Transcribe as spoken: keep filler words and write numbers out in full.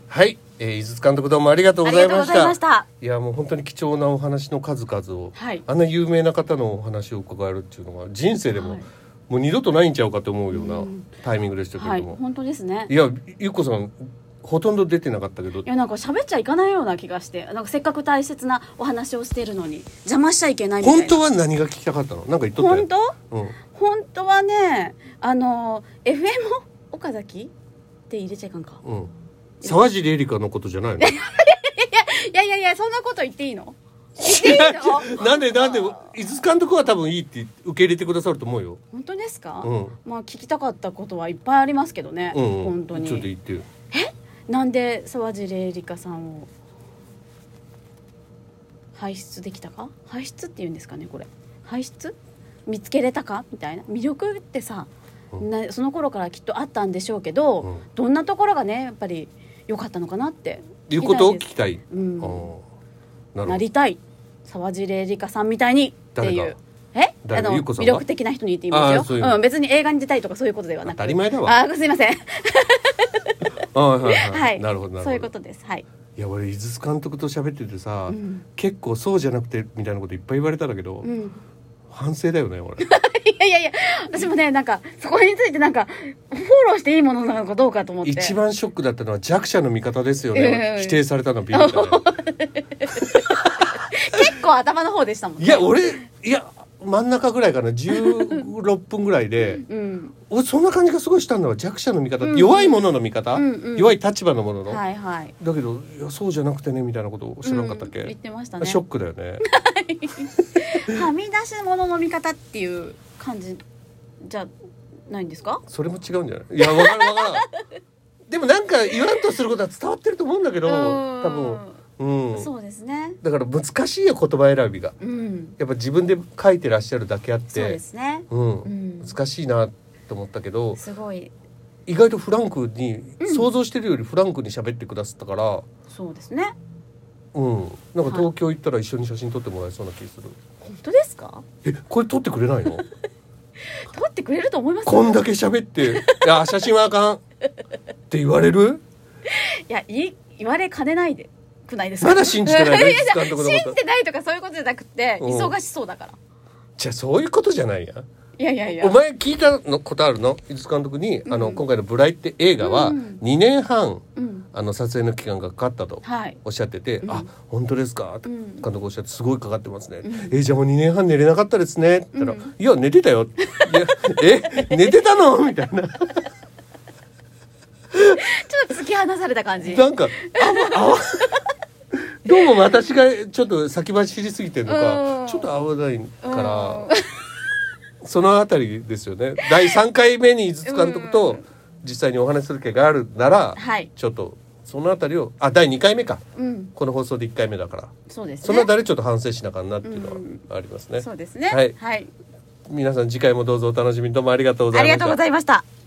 はい、えー、井筒監督どうもありがとうございました。 ありがとうございました。 いやもう本当に貴重なお話の数々を、 はい、 あんな有名な方のお話を伺えるっていうのが人生でも、はい、もう二度とないんちゃうかと思うようなタイミングでしたけれども、 はい、本当ですね。 いやゆっこさんほとんど出てなかったけど、 いやなんか喋っちゃいかないような気がして、なんかせっかく大切なお話をしているのに邪魔しちゃいけないみたいな。 本当は何が聞きたかったの？なんか言っとったよ。 本当？ うん、本当はね、あの エフエム 岡崎って入れちゃいかんか、うん、 沢尻エリカのことじゃないの？いやいやいやそんなこと言っていいの？言っていいの？ なんでなんで井筒監督は多分いいって受け入れてくださると思うよ。 本当ですか？ うん、 まあ聞きたかったことはいっぱいありますけどね、うんうん、本当に。 ちょっと言ってよ。 え？なんで沢尻エリカさんを輩出できたか？輩出っていうんですかね、これ輩出見つけれたかみたいな。魅力ってさ、うん、なその頃からきっとあったんでしょうけど、うん、どんなところがねやっぱり良かったのかなっていうことを聞きたい、 うん、な, なりたい沢尻エリカさんみたいにっていう。えあの魅力的な人に言っていいますよ。う、うん、別に映画に出たいとかそういうことではなく、 当たり前だわ。 あ、すいませんあ、はいはい、 はい、 なるほどなるほど、 そういうことです。はい。いや俺井筒監督と喋っててさ、うん、結構そうじゃなくてみたいなこといっぱい言われたんだけど、うん、反省だよね俺。いやいやいや私もねなんかそこについてなんかフォローしていいものなのかどうかと思って。 一番ショックだったのは弱者の味方ですよね、うん、否定されたのビビったね。 結構頭の方でしたもんね。 いや俺いや真ん中ぐらいかな、じゅうろっぷんぐらいで、うん、俺そんな感じがすごいしたんだわ。弱者の味方、うん、弱いものの味方、うんうん、弱い立場のものの、 はいはい、 だけどいやそうじゃなくてねみたいなことを知らなかったっけ、うん、 言ってましたね。 ショックだよね。 はみ出し物の味方っていう感じじゃないんですか？それも違うんじゃない？いや分からん分からん。 でもなんか言わんとすることは伝わってると思うんだけど、多分うん、 そうですね。 だから難しいよ言葉選びが、うん、やっぱ自分で書いてらっしゃるだけあって、 そうですね、 うんうん、難しいなと思ったけど、 すごい意外とフランクに、うん、想像してるよりフランクに喋ってくださったから、 そうですね、 うん、なんか東京行ったら一緒に写真撮ってもらえそうな気する。 本当ですか？ え、これ撮ってくれないの？ 撮ってくれると思いますよ。 こんだけ喋っていや写真はあかんって言われる？ いやい言われかねないでくないですか？ まだ信じてないね。 信じてないとかそういうことじゃなくて、うん、忙しそうだから。 じゃあそういうことじゃないや。 いやいやいや。 お前聞いたのことあるの？井筒監督に、うん、あの今回のブライって映画はにねんはん、うん、あの撮影の期間がかかったとおっしゃってて、うん、あ本当ですかって監督おっしゃって、すごいかかってますね、うん、えじゃあもうにねんはん寝れなかったですねって言ったら、うん、いや寝てたよ。いやえ寝てたのみたいな。 ちょっと突き放された感じ。 なんかああどうも私がちょっと先走りすぎてるのか、ちょっと危ないから、そのあたりですよね。だいさんかいめに井筒監督と実際にお話しする機会があるなら、ちょっとそのあたりを、あだいにかいめか、うん、この放送でいっかいめだから、 そうですね、 そのあたりちょっと反省しなあかんなっていうのはありますね、うん、 そうですね、 はい、 はい、 皆さん次回もどうぞお楽しみに。どうもありがとうございました。 ありがとうございました。